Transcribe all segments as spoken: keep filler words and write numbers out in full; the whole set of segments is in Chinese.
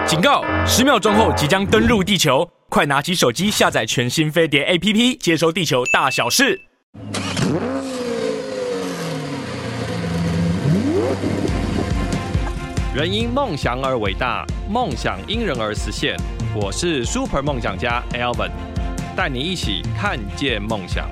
警告！十秒钟后即将登陆地球，快拿起手机下载全新飞碟 A P P， 接收地球大小事。 人因梦想而伟大，梦想因人而实现。我是 Super 梦想家 Alvin， 带你一起看见梦想。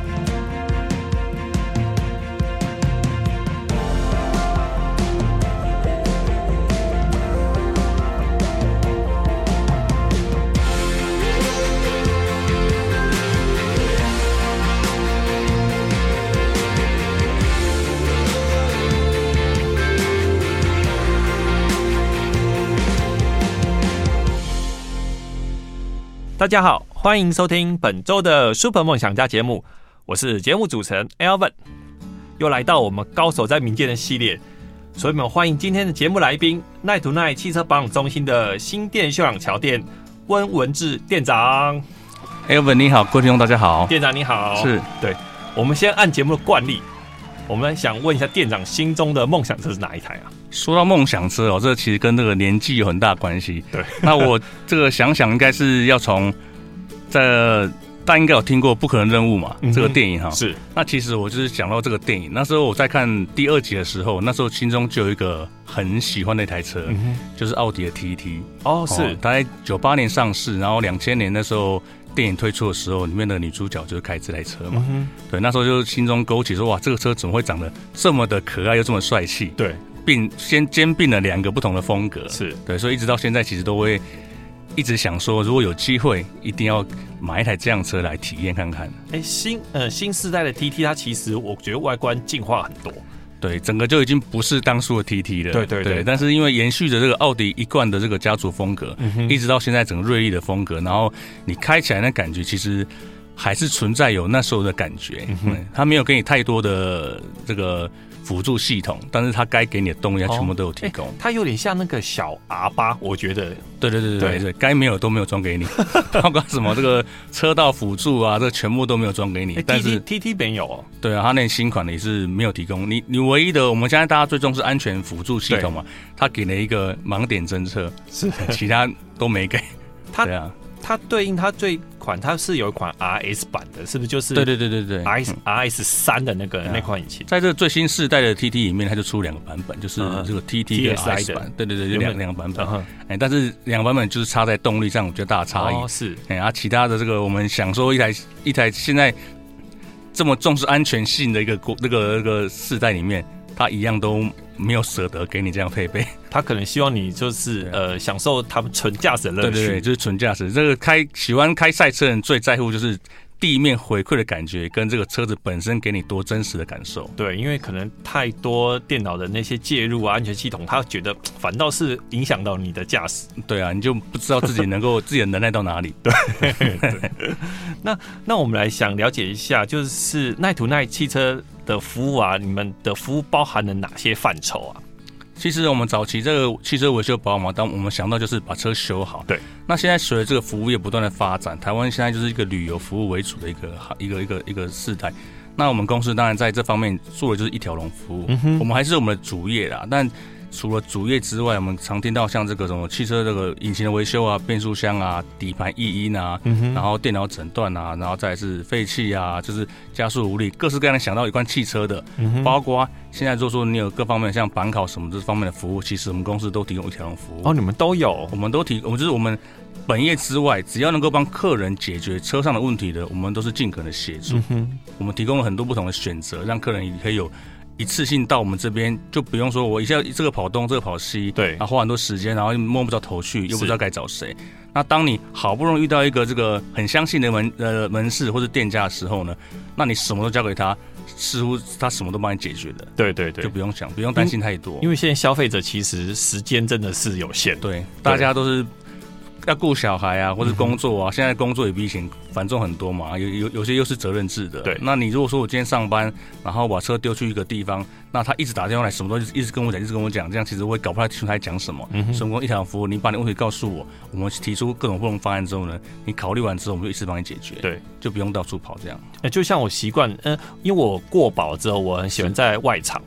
大家好，欢迎收听本周的 Super 梦想家节目，我是节目主持人 Alvin， 又来到我们高手在民间的系列，所以我们欢迎今天的节目来宾耐途耐汽车保养中心的新店秀朗桥店温文志店长。 Alvin 你好，各位听众大家好。 店长你好。 是， 对，我们先按节目的惯例，我们想问一下店长心中的梦想车是哪一台啊？ 说到梦想车哦，这其实跟这个年纪有很大关系。 对， 那我这个想想应该是要从这大家应该有听过《不可能任务》嘛、嗯，这个电影哈。 是。那其实我就是讲到这个电影，那时候我在看第二集的时候，那时候心中就有一个很喜欢的一台车，嗯、就是奥迪的 T T。 哦，是。 哦、大概九八年上市，然后两千年那时候电影推出的时候，里面的女主角就是开这台车嘛。嗯、对，那时候就心中勾起说，哇，这个车怎么会长得这么的可爱又这么帅气？ 对。 并先兼并了两个不同的风格， 是对，所以一直到现在其实都会一直想说，如果有机会，一定要买一台这样车来体验看看。 哎、欸，新呃新世代的 T T， 它其实我觉得外观进化很多， 对，整个就已经不是当初的 T T 了， 对对 对, 对。但是因为延续着这个奥迪一贯的这个家族风格，嗯、一直到现在整个锐利的风格，然后你开起来那感觉其实还是存在有那时候的感觉，嗯、它没有给你太多的这个辅助系统，但是它该给你的动力，它全部都有提供。 哦欸、它有点像那个小 R 八，我觉得。 对对对对对，该没有都没有装给你，包括什么这个车道辅助啊，这个全部都没有装给你。 欸、 但是 T T 没有哦。 对啊，它那新款的也是没有提供。你你唯一的，我们现在大家最重视安全辅助系统嘛，它给了一个盲点侦测， 是其他都没给。 它对啊。 它对应它这款，它是有一款 R S 版的，是不是就是？ 对对对对对 ，R S R S 三的那个、嗯、那款引擎， 在这个最新世代的 T T 里面，它就出两个版本，就是这个 T T 跟 R S 版，对对对，就两两个版本。哎、嗯，但是两个版本就是差在动力上有比较大的差异。 哦，是。 哎，啊，其他的这个我们想说一台一台现在这么重视安全性的一个那个那个世代里面，它一样都没有舍得给你这样配备。 他可能希望你就是呃享受他们纯驾驶的乐趣， 对对对，就是纯驾驶。这个开喜欢开赛车人最在乎就是地面回馈的感觉，跟这个车子本身给你多真实的感受。 对，因为可能太多电脑的那些介入啊、安全系统，他觉得反倒是影响到你的驾驶。 对啊，你就不知道自己能够自己的能耐到哪里。 对对。那那我们来想了解一下，就是耐途耐汽车的服务啊，你们的服务包含了哪些范畴啊？ 其实我们早期这个汽车维修保养嘛，当我们想到就是把车修好。 对。 那现在随着这个服务业不断的发展，台湾现在就是一个旅游服务为主的一个一个一个一个世态。那我们公司当然在这方面做的就是一条龙服务，嗯、我们还是我们的主业啦。但除了主业之外，我们常听到像这个什么汽车这个引擎的维修啊、变速箱啊、底盘异音啊、嗯，然后电脑诊断啊，然后再来是废气啊，就是加速无力，各式各样的想到有关汽车的，嗯、包括现在就说你有各方面像板考什么这方面的服务，其实我们公司都提供一条龙服务。 哦，你们都有？ 我们都提，我们就是我们本业之外，只要能够帮客人解决车上的问题的，我们都是尽可能的协助。嗯、我们提供了很多不同的选择，让客人也可以有一次性到我们这边，就不用说我一下这个跑东这个跑西， 对， 然后花很多时间，然后摸不着头绪，又不知道该找谁。那当你好不容易遇到一个这个很相信的门呃门市或者店家的时候呢，那你什么都交给他，似乎他什么都帮你解决的。 对对对， 就不用想，不用担心太多。 因为现在消费者其实时间真的是有限， 对，大家都是要顾小孩啊，或者工作啊，嗯、现在工作也比以前繁重很多嘛，有有有些又是责任制的。 对， 那你如果说我今天上班，然后把车丢去一个地方，那他一直打电话来，什么都一直跟我讲，一直跟我讲，这样其实我也搞不太清楚他在讲什么。嗯，所以我们一条服务，你把你问题告诉我，我们提出各种不同方案之后呢，你考虑完之后，我们就一次帮你解决。 对， 就不用到处跑这样。 欸、就像我习惯，嗯、呃，因为我过保之后，我很喜欢在外场。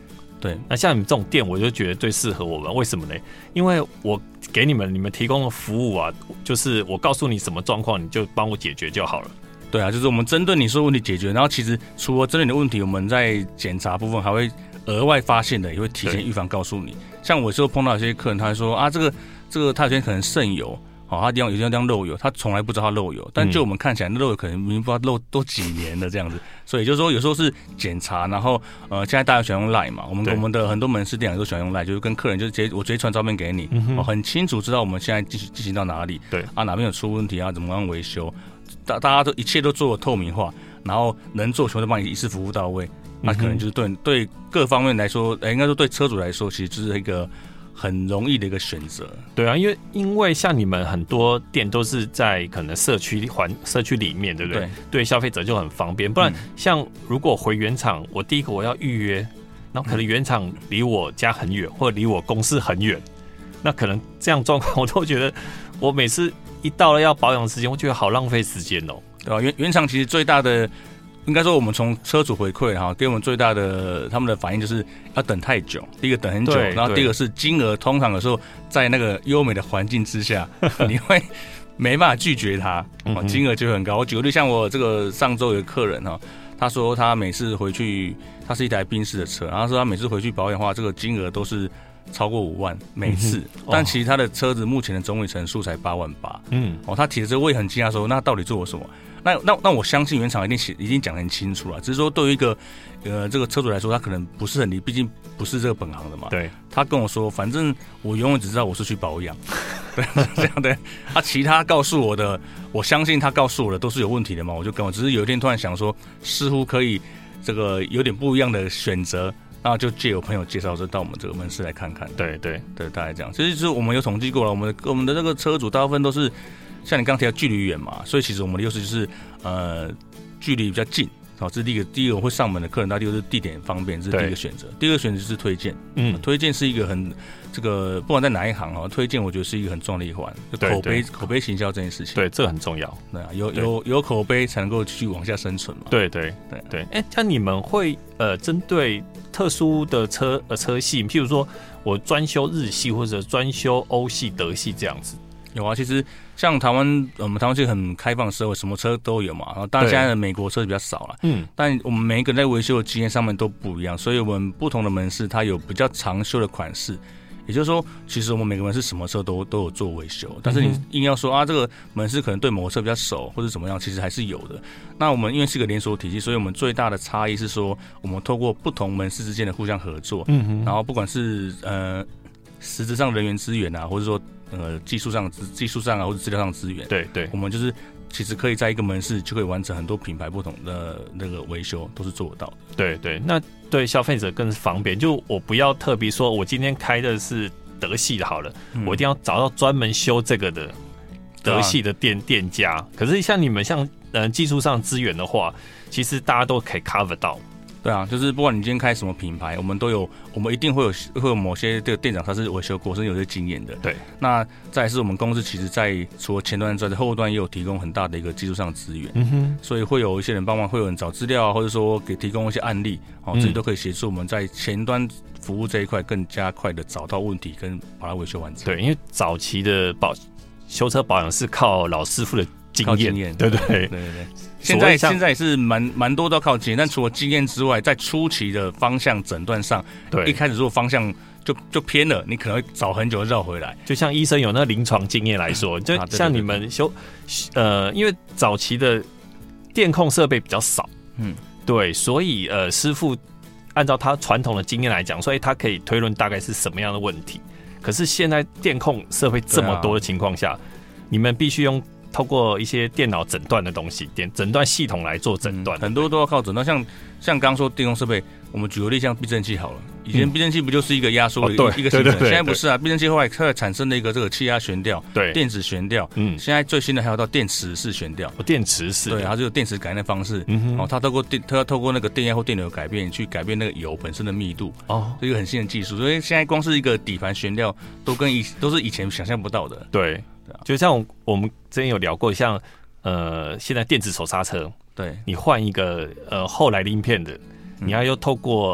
对， 那像你们这种店，我就觉得最适合我们。为什么呢？因为我给你们你们提供的服务啊，就是我告诉你什么状况，你就帮我解决就好了。 对啊，就是我们针对你说的问题解决，然后其实除了针对你的问题，我们在检查部分还会额外发现的，也会提前预防告诉你。像我有时候碰到有些客人，他会说啊，这个这个他有些可能渗油。哦，他地方有些地方漏油，他从来不知道他漏油，但就我们看起来，那漏油可能明明不知道漏都几年了这样子，所以就是说有时候是检查，然后呃，现在大家喜欢用 Line 嘛，我们我们的很多门市店长都喜欢用 Line， 就是跟客人就是直接我直接传照片给你，嗯、哦，很清楚知道我们现在进行进行到哪里，对啊，哪边有出问题啊，怎么样维修，大大家都一切都做透明化，然后能做全都帮你一次服务到位，那可能就是对对各方面来说，呃，应该说对车主来说，其实就是一个很容易的一个选择。 对啊，因为因为像你们很多店都是在可能社区环社区里面，对不对？对，对消费者就很方便。不然像如果回原厂，我第一个我要预约，然后可能原厂离我家很远，或者离我公司很远，那可能这样状况我都觉得，我每次一到了要保养的时间，我觉得好浪费时间哦。 对啊，原原厂其实最大的。应该说，我们从车主回馈哈，给我们最大的他们的反应就是要等太久。第一个等很久，然后第二个是金额，通常有时候在那个优美的环境之下，你会没办法拒绝它，金额就很高。我举个例，像我这个上周有个客人哈，他说他每次回去，他是一台宾士的车，然后说他每次回去保养的话，这个金额都是超过五万每次，嗯哦、但其实他的车子目前的总里程数才八万八。嗯，哦，他提的这个我也很惊讶，说那到底做了什么？那那那我相信原厂一定写已经讲得很清楚了，只是说对于一个呃这个车主来说，他可能不是很理，毕竟不是这个本行的嘛。对，他跟我说，反正我永远只知道我是去保养，对，这样的。他、啊、其他告诉我的，我相信他告诉我的都是有问题的嘛，我就跟我只是有一天突然想说，似乎可以这个有点不一样的选择。然后就借我朋友介绍，就到我们这个门市来看看。对对对，大概这样。其实就是我们有统计过了，我们的我们的这个车主大部分都是像你刚提到距离远嘛，所以其实我们的优势就是呃距离比较近。好，这是第一个，第一个会上门的客人，他就是地点方便，这是第一个选择。第二个选择就是推荐，嗯，推荐是一个很这个不管在哪一行哦，推荐我觉得是一个很重要的一环，就口碑口碑行销这件事情， 对，这个很重要。 对啊，有有有口碑才能够继续往下生存嘛。 对对对对。哎、欸，像你们会呃针对特殊的车呃车系，譬如说我专修日系或者专修欧系、德系这样子。 有啊，其实像台湾，我们台湾是很开放的社会，什么车都有嘛。然后当然现在的美国车比较少了，嗯，但我们每一个在维修的经验上面都不一样，所以我们不同的门市它有比较常修的款式。也就是说，其实我们每个门市什么车都都有做维修，但是你硬要说啊，这个门市可能对某个车比较熟或者怎么样，其实还是有的。那我们因为是个连锁体系，所以我们最大的差异是说，我们透过不同门市之间的互相合作，嗯哼，然后不管是呃实质上人员资源啊，或者说呃技术上技术上啊，或者资料上的资源，对对，我们就是其实可以在一个门市就可以完成很多品牌不同的那个维修，都是做得到的。 对对，那对消费者更是方便，就我不要特别说我今天开的是德系的好了，嗯、我一定要找到专门修这个的德系的店、啊、店家。可是像你们像呃技术上资源的话，其实大家都可以 cover 到。 对啊，就是不管你今天开什么品牌，我们都有，我们一定会有会有某些这个店长他是维修过，是有些经验的。对，那再来是我们公司其实在除了前端之外，在后端也有提供很大的一个技术上的资源，嗯哼，所以会有一些人帮忙，会有人找资料啊，或者说给提供一些案例，哦，这些都可以协助我们在前端服务这一块更加快的找到问题跟把它维修完成。 对，因为早期的保修车保养是靠老师傅的经验，经验对对对对对。 现在现在也是蛮蛮多都靠经验，但除了经验之外，在初期的方向诊断上，对，一开始如果方向就就偏了，你可能会找很久绕回来。 就像医生有那个临床经验来说，就像你们修呃，因为早期的电控设备比较少，嗯，对，所以呃，师傅按照他传统的经验来讲，所以他可以推论大概是什么样的问题。可是现在电控设备这么多的情况下，啊、你们必须用透过一些电脑诊断的东西，电诊断系统来做诊断、嗯， 很多都要靠诊断。像像刚刚说电控设备，我们举个例，像避震器好了，以前避震器不就是一个压缩的、嗯哦、一个形成，现在不是啊，避震器后来后来产生了一个这个气压悬吊，对，电子悬吊，嗯，现在最新的还有到电磁式悬吊， 哦，电磁式， 对，它就有电磁改变的方式，嗯哦，它透过电，它要透过那个电压或电流改变，去改变那个油本身的密度，哦，这个很新的技术，所以现在光是一个底盘悬吊都跟以都是以前想象不到的， 对，对啊，就像我们之前有聊过，像。呃，现在电子手刹车，对，你换一个呃后来鳞片的，你要又透过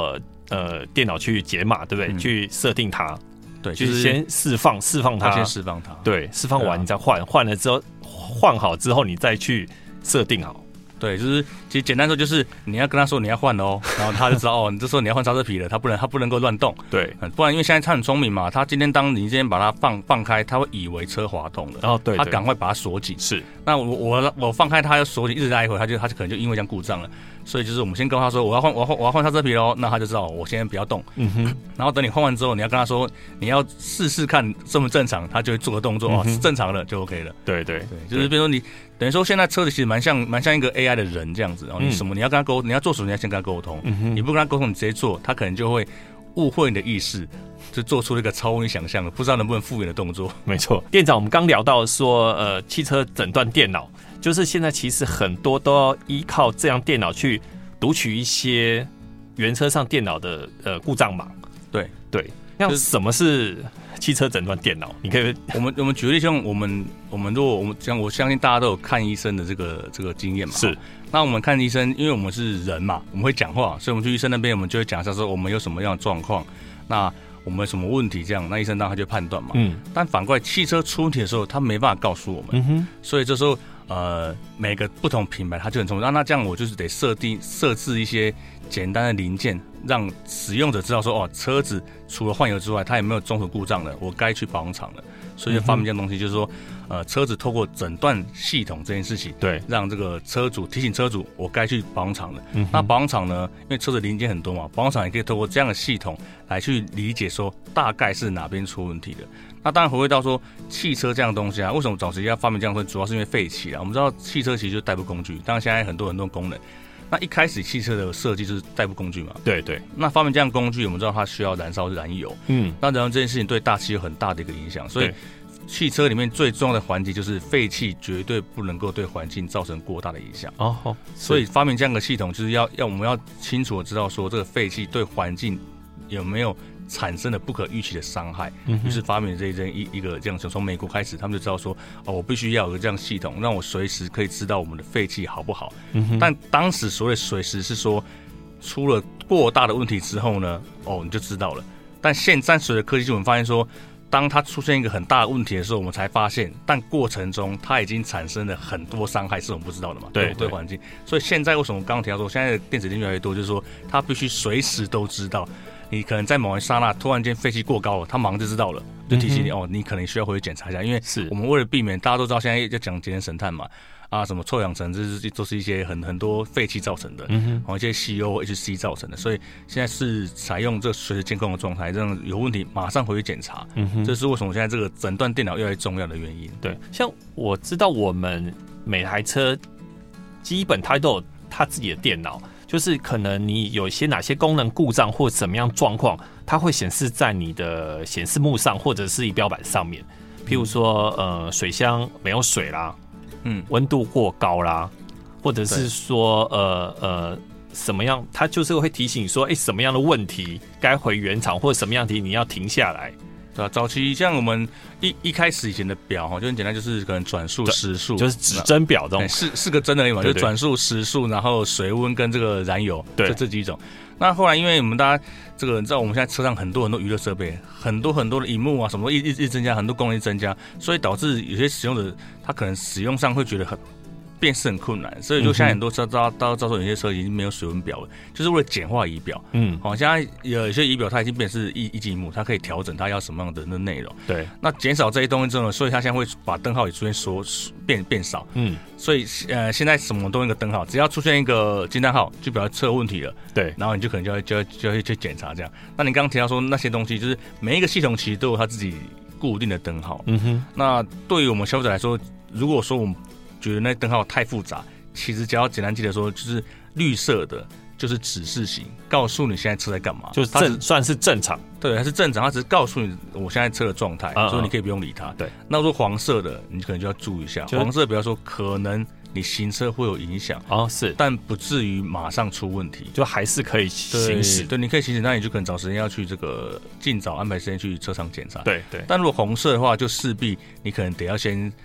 呃电脑去解码，对不对？嗯、去设定它， 对， 就是先释放释放它， 先释放它， 对，释放完你再换，换、啊、了之后换好之后你再去设定好。 对，就是其实简单说就是你要跟他说你要换哦，然后他就知道哦，你这时候你要换刹车皮了，他不能他不能够乱动， 对、 嗯，不然因为现在他很聪明嘛，他今天当你今天把它放放开，他会以为车滑动了， 哦对， 他赶快把它锁紧， 是， 那我我我放开他要锁紧，一直来一会，他就他就可能就因为这样故障了，所以就是我们先跟他说我要换我要换我要换刹车皮喽，那他就知道我现在不要动，嗯哼，然后等你换完之后，你要跟他说你要试试看正不正常，他就会做个动作、嗯、哦，是正常的就 OK 了， 对对对，就是比如说你。等于说，现在车子其实蛮像蛮像一个 A I 的人这样子，然后你什么你要跟他沟，你要做什么你要先跟他沟通，嗯、你不跟他沟通，你直接做，他可能就会误会你的意识，就做出了一个超乎你想象的，不知道能不能复原的动作。 没错，店长，我们刚聊到说，呃，汽车诊断电脑，就是现在其实很多都要依靠这样电脑去读取一些原车上电脑的呃故障码。 对对，那什么是汽车诊断电脑？你可以， 我们我们举例，像我们我们如果我们像我相信大家都有看医生的这个这个经验嘛， 是。 那我们看医生，因为我们是人嘛，我们会讲话，所以我们去医生那边，我们就会讲一下说我们有什么样的状况，那我们有什么问题，这样，那医生当然他就判断嘛。嗯。但反过来，汽车出问题的时候，他没办法告诉我们，嗯哼。所以这时候，呃，每个不同品牌它就很聪明，那那这样我就是得设定设置一些简单的零件，让使用者知道说，哦，车子除了换油之外，它有没有中途故障了，我该去保养厂了。所以就发明这样东西，就是说，呃，车子透过诊断系统这件事情， 对， 让这个车主提醒车主，我该去保养厂了。嗯、那保养厂呢，因为车子零件很多嘛，保养厂也可以透过这样的系统来去理解说，大概是哪边出问题的。那当然回归到说，汽车这样的东西啊，为什么早期要发明这样的东西，主要是因为废气啊。我们知道汽车其实就是代步工具，当然现在很多很多功能。那一开始汽车的设计就是代步工具嘛， 对对。 那发明这样的工具，我们知道它需要燃烧燃油，嗯，那燃油这件事情对大气有很大的一个影响，所以汽车里面最重要的环节就是废气绝对不能够对环境造成过大的影响。哦，所以发明这样的系统，就是要要我们要清楚的知道说，这个废气对环境有没有产生了不可预期的伤害，嗯、于是发明这一一一个这样，从美国开始，他们就知道说，哦，我必须要有个这样系统，让我随时可以知道我们的废气好不好。嗯、但当时所谓随时是说，出了过大的问题之后呢，哦，你就知道了。但现在随着科技进步，我们发现说，当它出现一个很大的问题的时候，我们才发现，但过程中它已经产生了很多伤害，是我们不知道的嘛？ 对对环境。所以现在为什么刚刚提到说，现在的电子零件越来越多，就是说它必须随时都知道。你可能在某一刹那突然间废气过高了，他马上就知道了，就提醒你、嗯、哦，你可能需要回去检查一下，因为我们为了避免，大家都知道现在要讲节能省碳嘛，啊，什么臭氧层，这是都是一些很很多废气造成的，嗯哼，一些 C O H C 造成的，所以现在是采用这随时监控的状态，这样有问题马上回去检查，嗯哼，这是为什么现在这个诊断电脑越来越重要的原因。 对，像我知道我们每台车基本它都有它自己的电脑。就是可能你有一些哪些功能故障或怎么样状况，它会显示在你的显示幕上或者是仪表板上面。譬如说，呃，水箱没有水啦，嗯，温度过高啦，或者是说，呃呃，什么样，它就是会提醒说，哎、欸，什么样的问题该回原厂，或者什么样的题你要停下来。 对啊，早期像我们一一开始以前的表哈，就很简单，就是可能转速、时速， 就是指针表这种， 四四个针而已嘛，就是转速、时速，然后水温跟这个燃油， 对， 这几种。那后来因为我们大家这个，你知道我们现在车上很多很多娱乐设备，很多很多的萤幕啊，什么一一直增加，很多功能一直增加，所以导致有些使用者他可能使用上会觉得很。辨识很困难，所以就现在很多车，大家大家知道说有些车已经没有水温表了，就是为了简化仪表。嗯，好、哦，现在有一些仪表它已经辨识一一级荧幕，它可以调整它要什么样的那内容。 对， 那减少这些东西之后呢，所以它现在会把灯号也出现缩变变少。嗯，所以呃现在什么都用一个灯号，只要出现一个惊叹号，就表示车有问题了。 对， 然后你就可能就要就要就要去检查这样。那你刚刚提到说那些东西，就是每一个系统其实都有它自己固定的灯号。嗯哼，那对于我们消费者来说，如果说我们觉得那灯号太复杂，其实只要简单记得说，就是绿色的，就是指示型，告诉你现在车在干嘛， 就是正算是正常， 对，它是正常，它只是告诉你我现在车的状态，嗯嗯所以你可以不用理它。 对， 那如果黄色的，你可能就要注意一下，黄色比方说可能你行车会有影响哦，是， 但不至于马上出问题， 就还是可以行驶。 对，你可以行驶，那你就可能找时间要去这个尽早安排时间去车厂检查。 对对， 但如果红色的话，就势必你可能得要先。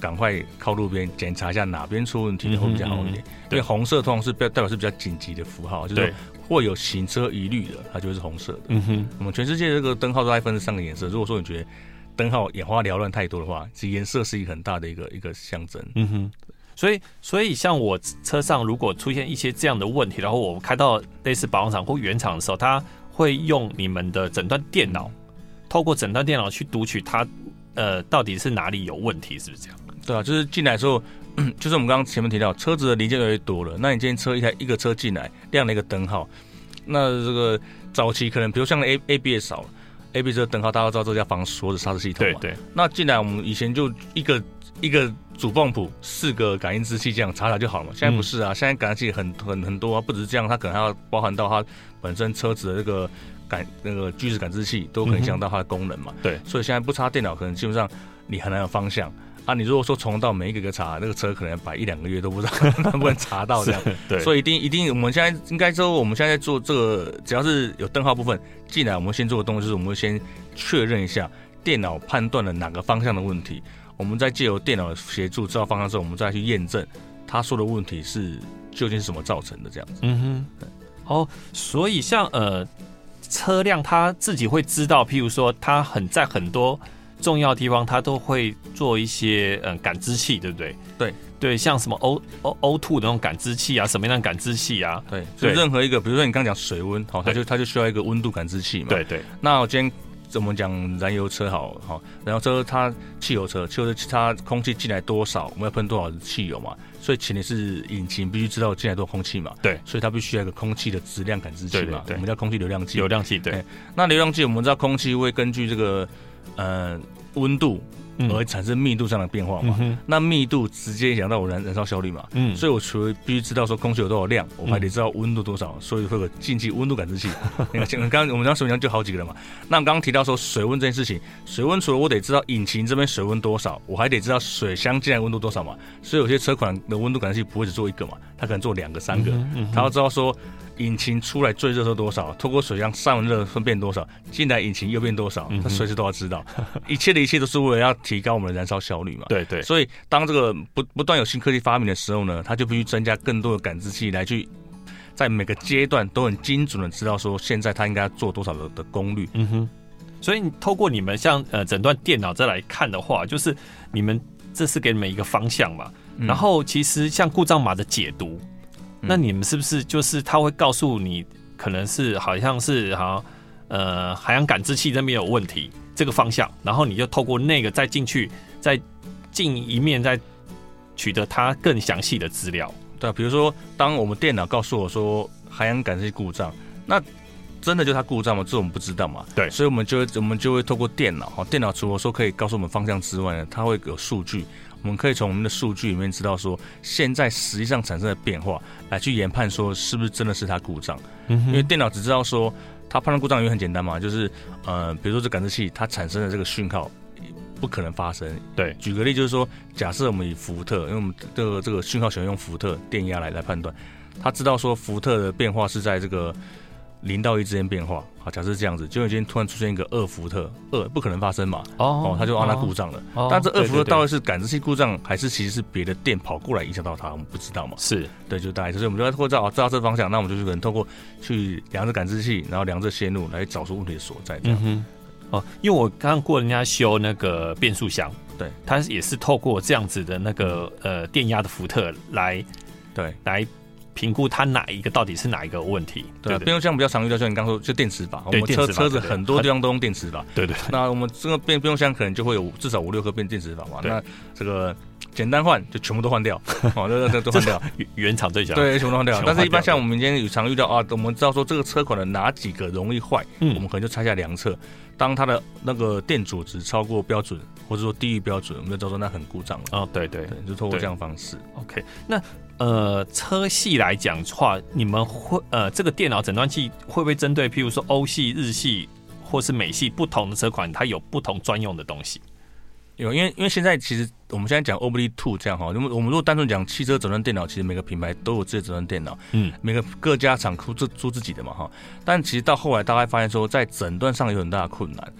赶快靠路边检查一下哪边出问题会比较好一点。嗯、因为红色通常是代表是比较紧急的符号，就是会有行车疑虑的，它就会是红色的。嗯哼，我们全世界这个灯号都爱分三个颜色。如果说你觉得灯号眼花缭乱太多的话，其实颜色是一个很大的一个一个象征。 嗯哼。所以，所以像我车上如果出现一些这样的问题，然后我开到类似保养厂或原厂的时候，他会用你们的诊断电脑，透过诊断电脑去读取它，呃，到底是哪里有问题，是不是这样？ 对啊，就是进来的时候，就是我们刚刚前面提到，车子的零件越来越多了。那你今天车一台一个车进来，亮了一个灯号，那这个早期可能比如像 A A B S 少了 ，A B S 的灯号大家都知道这叫防锁止刹车系统嘛。 对对。 那进来我们以前就一个一个主泵浦四个感应支气这样查查就好了嘛。现在不是啊，嗯、现在感应器很很很多啊，不只是这样，它可能还要包含到它本身车子的这个感那个锯齿感知器都可以影响到它的功能嘛。嗯、对，所以现在不插电脑，可能基本上你很难有方向啊。你如果说从到每一个个查，那个车可能摆一两个月都不知道能不能查到这样。对，所以一定一定，我们现在应该说，我们现在在做这个，只要是有灯号部分进来，我们先做的动作就是我们会先确认一下电脑判断了哪个方向的问题。我们再借由电脑的协助知道方向之后，我们再去验证他说的问题是究竟是什么造成的这样子。 嗯哼，哦，所以像呃车辆它自己会知道，譬如说它很在很多重要的地方，它都会做一些呃感知器，对不对？ 对对，像什么 O O O 二的那种感知器啊，什么样的感知器啊？ 对，就任何一个，比如说你刚刚讲水温，好，它就它就需要一个温度感知器嘛。 对对。 那我今天我们讲燃油车好，好，燃油车它汽油车，汽油车它空气进来多少，我们要喷多少的汽油嘛？所以前提是引擎必须知道进来多少空气嘛？对，所以它必须要有一个空气的质量感知器嘛？对对对，我们叫空气流量计。 流量计对、欸。 那流量计我们知道空气会根据这个呃温度而产生密度上的变化嘛？嗯、那密度直接影响到我燃燃烧效率嘛？嗯，所以我除了必须知道说空气有多少量，我还得知道温度多少，所以会有进气温度感知器。你看，刚刚我们讲水温就好几个了嘛。那刚刚提到说水温这件事情，水温除了我得知道引擎这边水温多少，我还得知道水箱进来温度多少嘛。所以有些车款的温度感知器不会只做一个嘛，它可能做两个、三个，它、嗯、要知道说引擎出来最热时候多少，透过水箱散完热分变多少，进来引擎又变多少，它随时都要知道。一切的一切都是为了要提高我们的燃烧效率嘛。 对对。 所以当这个不不断有新科技发明的时候呢，它就必须增加更多的感知器来去在每个阶段都很精准的知道说现在它应该要做多少的的功率。 嗯哼。所以你透过你们像呃诊断电脑再来看的话，就是你们这是给你们一个方向嘛。嗯、然后其实像故障码的解读。那你们是不是就是他会告诉你，可能是好像是好像呃海洋感知器那边有问题，这个方向，然后你就透过那个再进去，再进一面再取得它更详细的资料。 对、啊，比如说当我们电脑告诉我说海洋感知器故障，那真的就它故障吗？这我们不知道嘛。对，所以我们就会我们就会透过电脑，电脑除了说可以告诉我们方向之外呢，它会有数据。我们可以从我们的数据里面知道说，现在实际上产生的变化，来去研判说是不是真的是它故障。嗯、因为电脑只知道说它判断故障原因很简单嘛，就是呃，比如说这感知器它产生的这个讯号不可能发生。对，举个例就是说，假设我们以福特，因为我们这个这个讯号喜欢用福特电压来来判断，它知道说福特的变化是在这个零到一之间变化，好，假设是这样子，结果今天突然出现一个二伏特，二不可能发生嘛，哦，哦它就让它故障了。哦、但这二伏特到底是感知器故障，还是其实是别的电跑过来影响到它，我们不知道嘛。是，对，就大概，所以我们就会知道知道这方向，那我们就可能透过去量这感知器，然后量这线路来找出问题的所在，这样。嗯哦，因为我刚刚过人家修那个变速箱，对，它也是透过这样子的那个呃电压的伏特来，对，来。评估它哪一个到底是哪一个问题？ 对，变速箱比较常遇到，像你刚说，就电磁阀。我们车车子很多地方都用电磁阀。对 对, 對。那我们这个变变速箱可能就会有至少五六颗变电磁阀嘛。那这个简单换就全部都换掉，哦，这这都换掉。 原厂最小。 对，全部都换掉。但是一般像我们今天有常遇到啊，我们知道说这个车款的哪几个容易坏，嗯，我们可能就拆下量测。当它的那个电阻值超过标准，或者说低于标准，我们就知道说那很故障了。哦，对 对, 對，就透过这样的方式。 OK， 那。呃，车系来讲的话，你们会呃，这个电脑诊断器会不会针对譬如说欧系、日系或是美系不同的车款，它有不同专用的东西？ 有，因为因为现在其实我们现在讲 O B D 二 这样哈，我们我们如果单纯讲汽车诊断电脑，其实每个品牌都有自己的诊断电脑，嗯，每个各家厂出出自己的嘛哈。但其实到后来大家发现说，在诊断上有很大的困难。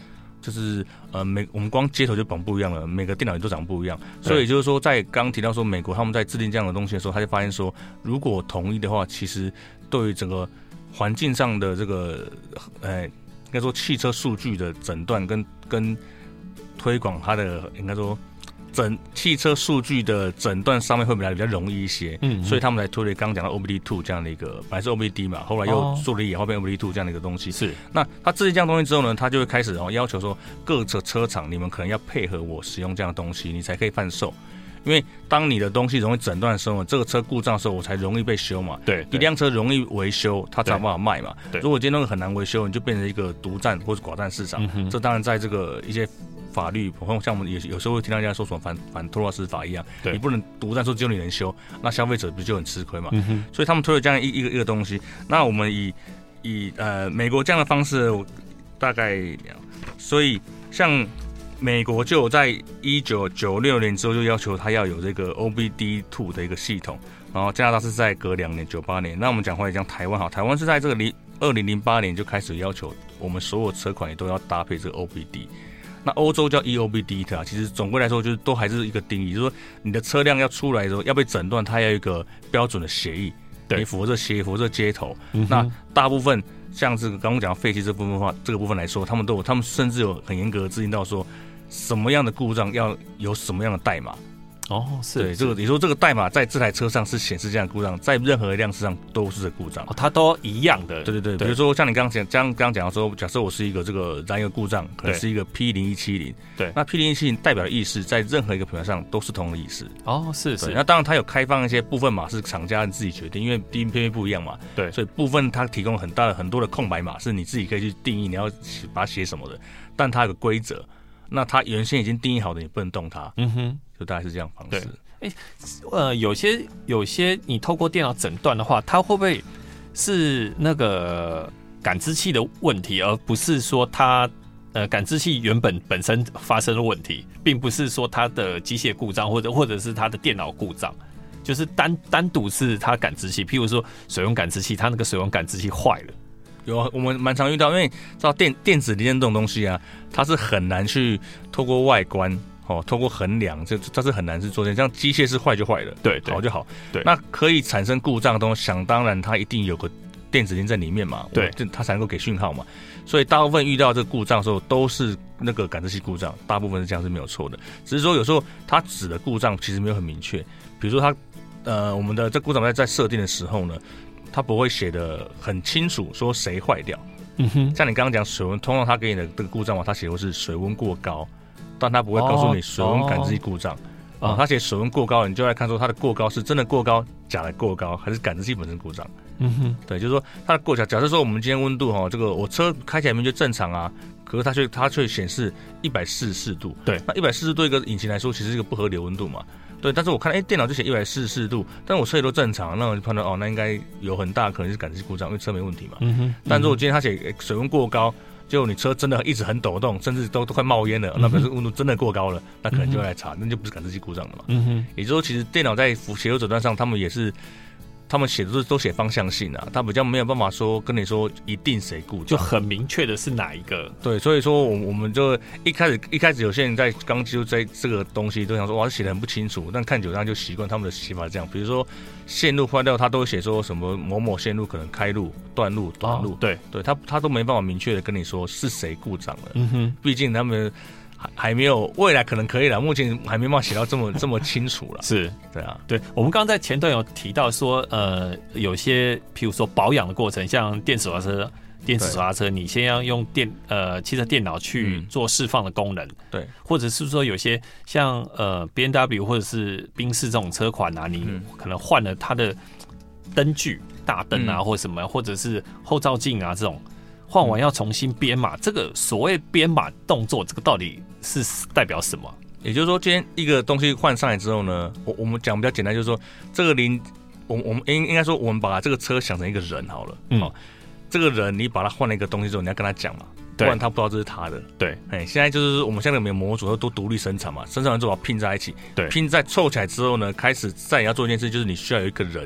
就是呃每我们光接头就绑不一样了，每个电脑也都长不一样，所以也就是说，在刚提到说美国他们在制定这样的东西的时候，他就发现说，如果统一的话，其实对于整个环境上的这个呃应该说汽车数据的诊断跟跟推广它的应该说。整汽车数据的诊断上面会比较比较容易一些，嗯，所以他们才推了刚刚讲到 O B D 二 这样的一个，本来是 O B D 嘛，后来又做了演化变 O B D 二 这样的一个东西。是，那他制定这样东西之后呢，他就会开始哦要求说各个车厂你们可能要配合我使用这样的东西，你才可以贩售。因为当你的东西容易诊断的时候，这个车故障的时候，我才容易被修嘛。对，一辆车容易维修，它才有办法卖嘛。对，如果今天东西很难维修，你就变成一个独占或者寡占市场。嗯、这当然在这个一些法律，像我们也有时候会听到人家说什么反反托拉斯法一样，你不能独占说只有你能修，那消费者不就很吃亏嘛？嗯、所以他们推了这样一一个一个东西。那我们以以呃美国这样的方式，大概所以像。美国就在一九九六年之后就要求他要有这个 O B D 二 的一个系统，然后加拿大是在隔两年九八年。那我们讲回来讲台湾好，台湾是在这个零二零零八年就开始要求我们所有车款也都要搭配这个 O B D。那欧洲叫 E O B D 啊，其实总归来说就是都还是一个定义，就是说你的车辆要出来的时候要被诊断，它要有一个标准的协议，你符合这协议，符合这接头。嗯、那大部分像这个刚刚讲废气这部分的话，这个部分来说，他们都有，他们甚至有很严格的制定到说。什么样的故障要有什么样的代码？哦，是对这个，你说这个代码在这台车上是显示这样的故障，在任何一辆车上都是这个故障， 哦，它都一样的。 对对对，比如说像你刚刚讲，刚刚讲的说，假设我是一个这个燃油故障，可能是一个 P 零一七零，对，那 P 零一七零代表的意思，在任何一个品牌上都是同样的意思。哦，是是。那当然，它有开放一些部分码是厂家自己决定，因为 D N P 不一样嘛，对，所以部分它提供很大的很多的空白码，是你自己可以去定义你要把它写什么的，但它有个规则。那它原先已经定义好的，你不能动它。嗯哼，就大概是这样方式。 哎、欸，呃，有些有些你透过电脑诊断的话，它会不会是那个感知器的问题，而不是说它呃感知器原本本身发生的问题，并不是说它的机械故障或者或者是它的电脑故障，就是单单独是它感知器，譬如说水温感知器，它那个水温感知器坏了。 有啊，我们蛮常遇到，因为知道电电子零件这种东西啊，它是很难去透过外观哦，透过衡量，这它是很难去做。像机械是坏就坏了，对，好就好。对，那可以产生故障的东西，想当然它一定有个电子零在里面嘛，对，它才能够给讯号嘛。所以大部分遇到这个故障的时候，都是那个感知器故障，大部分是这样是没有错的。只是说有时候它指的故障其实没有很明确，比如说它呃，我们的这故障在在设定的时候呢。它不会写得很清楚，说谁坏掉。嗯哼，像你刚刚讲水温，通常他给你的这个故障嘛，他写的是水温过高，但他不会告诉你水温感知器故障。哦，哦他写水温过高，你就来看说它的过高是真的过高，假的过高，还是感知器本身故障。嗯哼，对，就是说它的过假，假设说我们今天温度哈，这个我车开起来明明就正常啊，可是它却它却显示一百四十四度。对，那一百四十四度对一个引擎来说，其实是一个不合理的温度嘛。对，但是我看，哎、欸，电脑就写一百四十四度，但我车也都正常，那我就判断哦，那应该有很大可能是感知器故障，因为车没问题嘛。嗯哼。但如果今天他写、欸、水温过高，结果你车真的一直很抖动，甚至都都快冒烟了，嗯、那表示温度真的过高了，那可能就会来查，嗯、那就不是感知器故障了嘛。嗯哼。也就是说，其实电脑在写入诊断上，他们也是。他们写的都写方向性啊，他比较没有办法说跟你说一定谁故障， 就很明确的是哪一个。 对，所以说我我们就一开始一开始有些人在刚接触在这个东西都想说哇写的很不清楚，但看久了就习惯他们的写法这样。比如说线路坏掉，他都会写说什么某某线路可能开路、断路、短路，哦、对对，他他都没办法明确的跟你说是谁故障了。嗯哼，毕竟他们。还没有，未来可能可以了，目前还没办法写到这么这么清楚了。 是， 对啊， 对，我们刚刚在前段有提到说，呃，有些譬如说保养的过程，像电子手刹车、电子手刹车，你先要用电呃汽车电脑去做释放的功能，对、嗯，或者是说有些像呃 B M W 或者是宾士这种车款啊，你可能换了它的灯具、大灯啊，嗯、或什么，或者是后照镜啊这种。换完要重新编码，这个所谓编码动作，这个到底是代表什么？ 也就是说，今天一个东西换上来之后呢，我我们讲比较简单，就是说这个零，我我们应应该说，我们把这个车想成一个人好了，嗯，哦、这个人你把他换了一个东西之后，你要跟他讲嘛，不然他不知道这是他的，对，哎，现在就是我们现在每个模组都独立生产嘛，生产完之后把它拼在一起，对，拼在凑起来之后呢，开始再也要做一件事，就是你需要有一个人。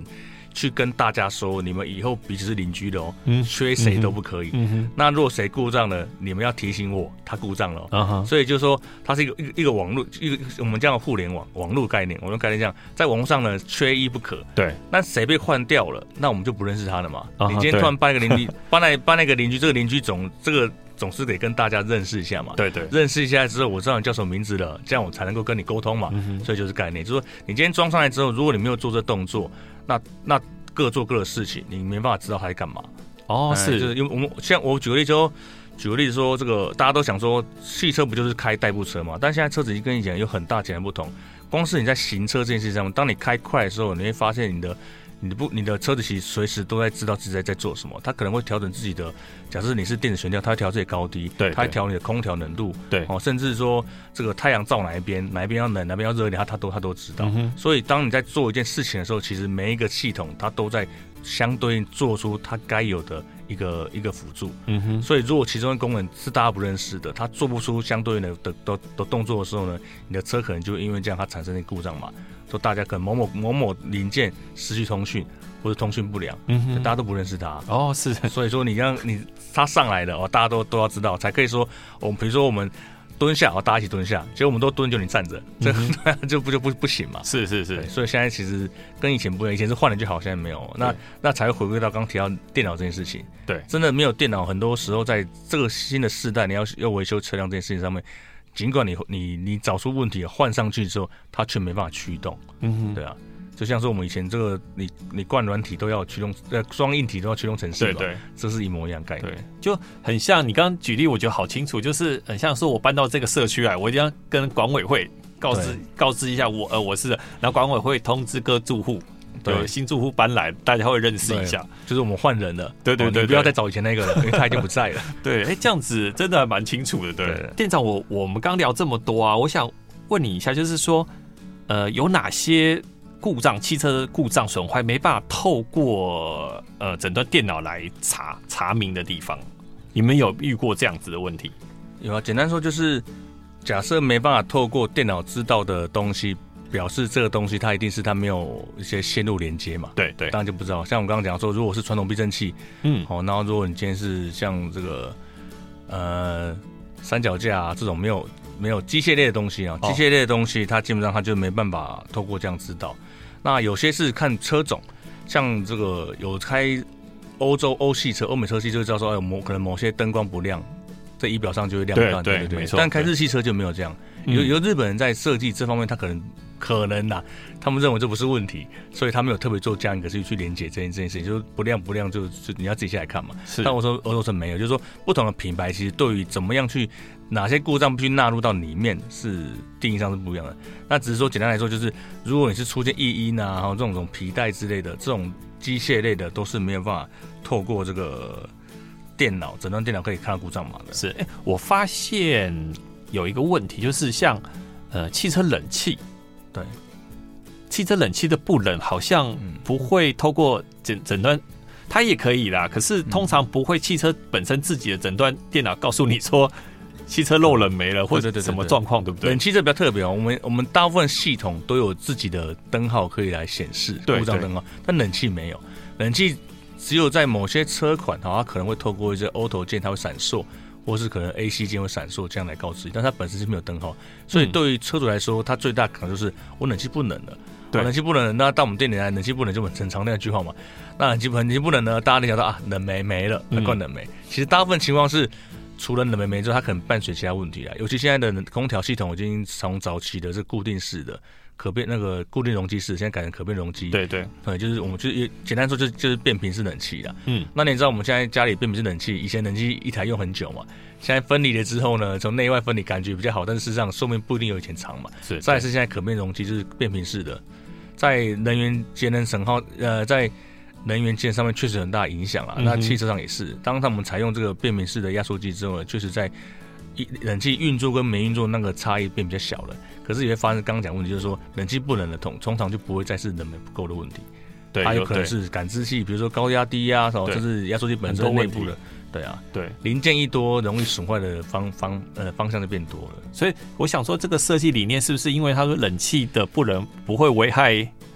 去跟大家说，你们以后彼此是邻居的哦，嗯、缺谁都不可以。嗯嗯、那如果谁故障了，你们要提醒我他故障了、哦。Uh-huh. 所以就是说，它是一个一个一个网络，一个我们叫互联网网络概念，网络概念这样，在网络上呢缺一不可。 对， 那谁被换掉了，那我们就不认识他了嘛。 Uh-huh, 你今天突然搬一个邻居，搬来搬那个邻居，这个邻居总这个。总是得跟大家认识一下嘛， 对对， 认识一下之后，我知道你叫什么名字了，这样我才能够跟你沟通嘛。嗯、所以就是概念，就是说你今天装上来之后，如果你没有做这动作，那那各做各的事情，你没办法知道他在干嘛。 哦，是， 嗯、就是因为我们像我举个例子说，举个例子说，这个大家都想说，汽车不就是开代步车嘛？但现在车子已经跟以前有很大截然不同。光是你在行车这件事情上，当你开快的时候，你会发现你的。你不，你的车子其实随时都在知道自己在在做什么，它可能会调整自己的。假设你是电子悬吊，它会调自己高低， 对， 它会调你的空调冷度， 对， 哦，甚至说这个太阳照哪一边，哪一边要冷，哪边要热一点，它它都它都知道。嗯、所以当你在做一件事情的时候，其实每一个系统它都在相对应做出它该有的一个一个辅助。嗯哼。所以如果其中的功能是大家不认识的，它做不出相对应的的的的动作的时候呢，你的车可能就会因为这样它产生的故障嘛。说大家可能某某某某零件失去通讯，或者通讯不良，嗯哼，大家都不认识他。 哦，是， 所以说你让你他上来了哦，大家都都要知道，才可以说我们比如说我们蹲下，哦，大家一起蹲下，结果我们都蹲，就你站着，这、嗯、就不就不不行嘛。 是是是， 所以现在其实跟以前不一样，以前是换了就好，现在没有，那那才会回归到刚提到电脑这件事情。 对， 真的没有电脑，很多时候在这个新的世代，你要要维修车辆这件事情上面。尽管你你你找出问题换上去之后，它却没办法驱动，嗯哼，对啊，就像是我们以前这个你你灌软体都要驱动，呃，装硬体都要驱动程式， 对对， 这是一模一样概念， 对，就很像你刚刚举例，我觉得好清楚，就是很像说我搬到这个社区来，我一定要跟管委会告知告知一下我呃我是，然后管委会通知各住户。对，新住户搬来，大家会认识一下。 就是我们换人了， 对对 对, 对， 你不要再找以前那个了，因为他已经不在了。 对，哎，这样子真的还蛮清楚的。对，对店长，我我们刚聊这么多啊，我想问你一下，就是说，呃，有哪些故障、汽车故障损坏没办法透过呃诊断电脑来查查明的地方？你们有遇过这样子的问题？ 有啊，简单说就是，假设没办法透过电脑知道的东西。表示这个东西它一定是它没有一些线路连接嘛？ 对对， 当然就不知道。像我刚刚讲说，如果是传统避震器，嗯，好、哦，然后如果你今天是像这个呃三脚架、啊、这种没有没有机械类的东西啊，机械类的东西它基本上它就没办法透过这样知道。那有些是看车种，像这个有开欧洲欧系车、欧美车系就知道说，有某可能某些灯光不亮，在仪表上就会亮到， 对对对，没错。 但开日系车就没有这样。有有日本人在设计这方面，他可能可能啦，他们认为这不是问题，所以他们有特别做这样一个事去连接这件这件事情，就是不亮不亮就就你要自己下来看嘛。是。但我说欧洲车没有，就是说不同的品牌其实对于怎么样去哪些故障必须纳入到里面是定义上是不一样的。那只是说简单来说，就是如果你是出现异音啊，然后这种种皮带之类的这种机械类的，都是没有办法透过这个电脑诊断电脑可以看到故障码的。 是，哎、欸，我发现。有一个问题就是像呃汽车冷气， 对， 汽车冷气的不冷好像不会透过诊诊断，它也可以啦，可是通常不会汽车本身自己的诊断电脑告诉你说汽车漏冷没了或者什么状况，对不对？ 冷气这比较特别哦，我们我们大部分系统都有自己的灯号可以来显示故障灯号，但冷气没有，冷气只有在某些车款它可能会透过一些 auto 键它会闪烁。或是可能 A C 键会闪烁，这样来告知，但它本身是没有灯号，所以对于车主来说，它最大可能就是我冷气不冷了，对，冷气不冷了，那到我们店里来，冷气不冷就很常那句话嘛。那冷气冷气不冷呢，大家就想到啊，冷媒没了，那关冷媒。其实大部分情况是，除了冷媒没之后，它可能伴随其他问题啦。尤其现在的空调系统已经从早期的是固定式的。可变那个固定容积式，现在改成可变容积。 对对， 对，就是我们就简单说就就是变频式冷气啦。嗯，那你知道我们现在家里变频式冷气，以前冷气一台用很久嘛，现在分离了之后呢，从内外分离感觉比较好，但是事实上寿命不一定有以前长嘛。是。再来是现在可变容积就是变频式的，在能源节能省耗呃在能源节能上面确实有很大的影响啊。嗯、那汽车上也是，当他们采用这个变频式的压缩机之后呢，确实在冷气运作跟没运作那个差异变比较小了。可是也会发生刚刚讲问题，就是说冷气不冷的通通常就不会再是冷媒不够的问题，对，它有可能是感知器，比如说高压低压，什么就是压缩机本身内部的，对啊，对，零件一多，容易损坏的方方呃方向就变多了。 所以我想说，这个设计理念是不是因为他说冷气的不冷不会危害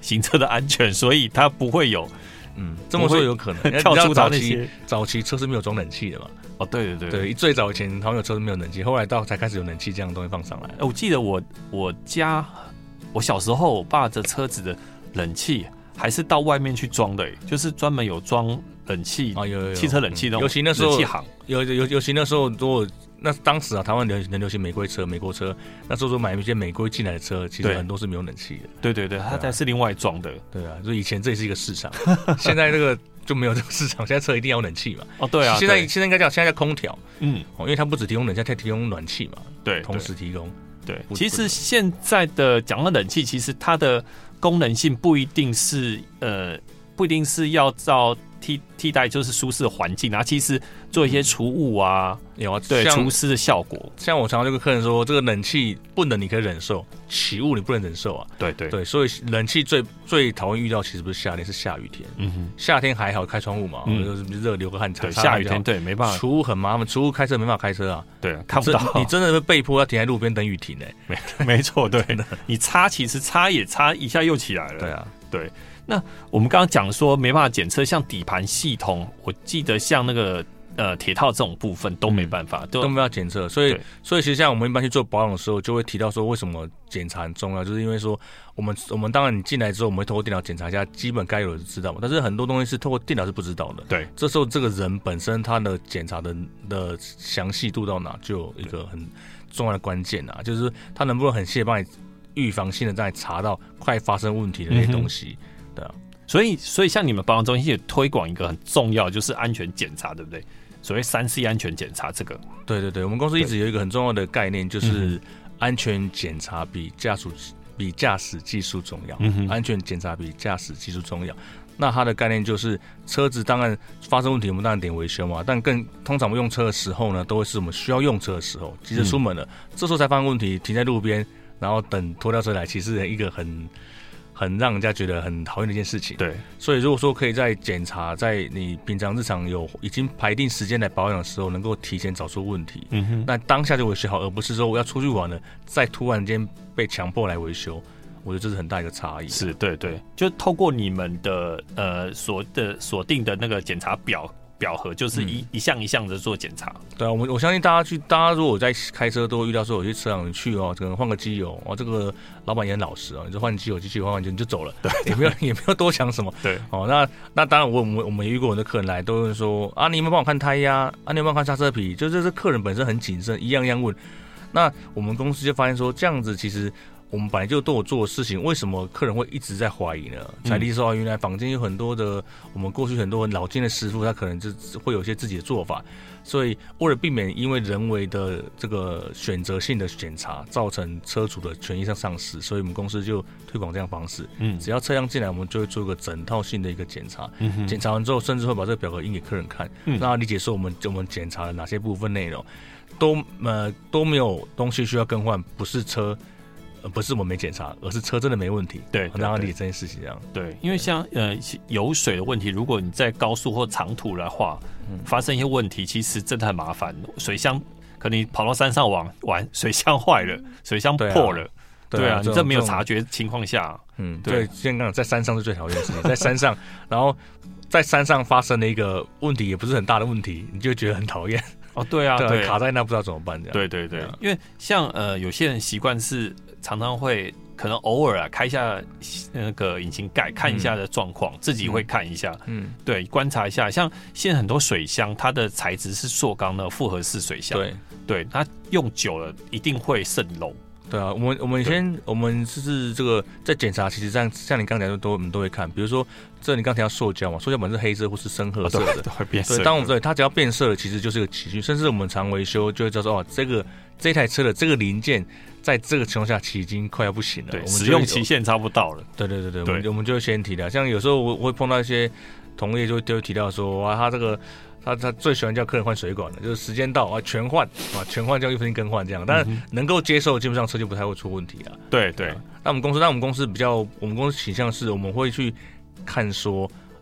行车的安全，所以它不会有。 嗯，这么说有可能。 跳出早期早期车是没有装冷气的嘛？ 哦，对对对对，最早以前好像有车是没有冷气，后来到才开始有冷气这样的东西放上来。 欸、我记得我我家我小时候，我爸的车子的冷气还是到外面去装的、欸，就是专门有装冷气啊，有有有汽车冷气那种、 嗯，尤其那时候冷气行， 有有尤其那时候如果那当时啊，台湾流很流行玫瑰车、美国车，那时候说买一些玫瑰进来的车，其实很多是没有冷气的。 对对对，它才是另外装的。 对啊，就以前这也是一个市场，现在这个就没有这个市场，现在车一定要有冷气嘛。 哦，对啊， 现在现在应该讲现在叫空调， 嗯， 哦，因为它不只提供冷气，它提供暖气嘛， 对， 同时提供。 对，其实现在的讲到冷气，其实它的功能性不一定是呃，不一定是要照替替代就是舒适的环境啊，其实做一些除雾啊， 有啊， 对除湿的效果。 像我常常就跟客人说，这个冷气不能你可以忍受，起雾你不能忍受啊。 对对对，所以冷气最最讨厌遇到，其实不是夏天，是下雨天。嗯哼，夏天还好开窗户嘛，嗯、就是热流个汗。 对，下雨天对没办法， 除雾很麻烦，除雾开车没办法开车啊。 对，看不到， 你真的会被迫要停在路边等雨停哎、 欸。没没错，对，你擦其实擦也擦一下又起来了。 对啊， 对。那我们刚刚讲说没办法检测，像底盘系统，我记得像那个呃铁套这种部分都没办法，嗯、 都没办法检测。所以，所以其实像我们一般去做保养的时候，就会提到说，为什么检查很重要，就是因为说我们我们当然你进来之后，我们会透过电脑检查一下基本该有的知道嘛，但是很多东西是透过电脑是不知道的。 对， 这时候这个人本身他的检查的的详细度到哪，就有一个很重要的关键啊，就是他能不能很细的帮你预防性的在查到快发生问题的那些东西。嗯对啊， 所以所以像你们保养中心也推广一个很重要，就是安全检查，对不对？所谓三 C 安全检查，这个， 对对对，我们公司一直有一个很重要的概念，就是安全检查比驾驶比驾驶技术重要。嗯、安全检查比驾驶技术重要。那它的概念就是车子当然发生问题，我们当然点维修嘛，但更通常我们用车的时候呢，都会是我们需要用车的时候，急着出门了，嗯、这时候才发生问题，停在路边，然后等拖吊车来，其实一个很。很让人家觉得很讨厌的一件事情。 对， 所以如果说可以在检查，在你平常日常有已经排定时间来保养的时候，能够提前找出问题，嗯哼，那当下就维修好，而不是说我要出去玩了，再突然间被强迫来维修。我觉得这是很大一个差异。 是，对对，就透过你们的呃所的锁定的那个检查表。表盒就是一、嗯、一项一项的做检查。 对啊，我我相信大家去，大家如果在开车都会遇到说有些车厂你去哦，可能换个机油哦，这个老板也很老实哦，你就换机油，机器换换机油你就走了，对，也没有也没有多想什么。 对， 哦，那那当然我我我们也遇过我的客人来都会说啊，你有没有帮我看胎压？啊，你有没有看刹车皮？就这是客人本身很谨慎，一样一样问。那我们公司就发现说，这样子其实。我们本来就都有做的事情，为什么客人会一直在怀疑呢？才理说原来坊间有很多的，我们过去很多老经的师傅，他可能就会有一些自己的做法，所以为了避免因为人为的这个选择性的检查造成车主的权益上丧失，所以我们公司就推广这样的方式。嗯，只要车辆进来，我们就会做一个整套性的一个检查。嗯，检查完之后，甚至会把这个表格印给客人看，嗯、让他理解说我们我们检查了哪些部分内容，都呃都没有东西需要更换，不是车。呃，不是我们没检查，而是车真的没问题。 对， 让他理解这件事情这样。 对，因为像呃油水的问题，如果你在高速或长途的话，嗯、发生一些问题，其实真的很麻烦。水箱可能你跑到山上玩玩，水箱坏了，水箱破了，对啊，对啊你这没有察觉情况下， 嗯，对，现在在山上是最讨厌的事情，在山上，然后在山上发生了一个问题，也不是很大的问题，你就觉得很讨厌。 哦，对啊，对， 卡在那不知道怎么办这样。 对对对，因为像呃有些人习惯是常常会可能偶尔啊开一下那个引擎盖看一下的状况，嗯、自己会看一下，嗯，对，观察一下。像现在很多水箱，它的材质是塑钢的复合式水箱， 对对，它用久了一定会渗漏。 对啊，我们我们先我们就是这个在检查，其实像像你刚才都我们都会看，比如说这你刚才要塑胶嘛，塑胶本身是黑色或是深褐色的， 哦、都会变色。 对，当我们对它只要变色了，其实就是个奇迹。甚至我们常维修就会知道说，哦，这个这台车的这个零件在这个情况下其实已经快要不行了， 对，使用期限差不多了。 对对对对，我们我们就会先提到，像有时候我会碰到一些同业就就会提到说，哇，他这个。他他最喜欢叫客人换水管的，就是时间到啊全换啊全换叫一分钟更换这样，但是能够接受，基本上车就不太会出问题了。 对对， 那我们公司，那我们公司比较，我们公司倾向是我们会去看说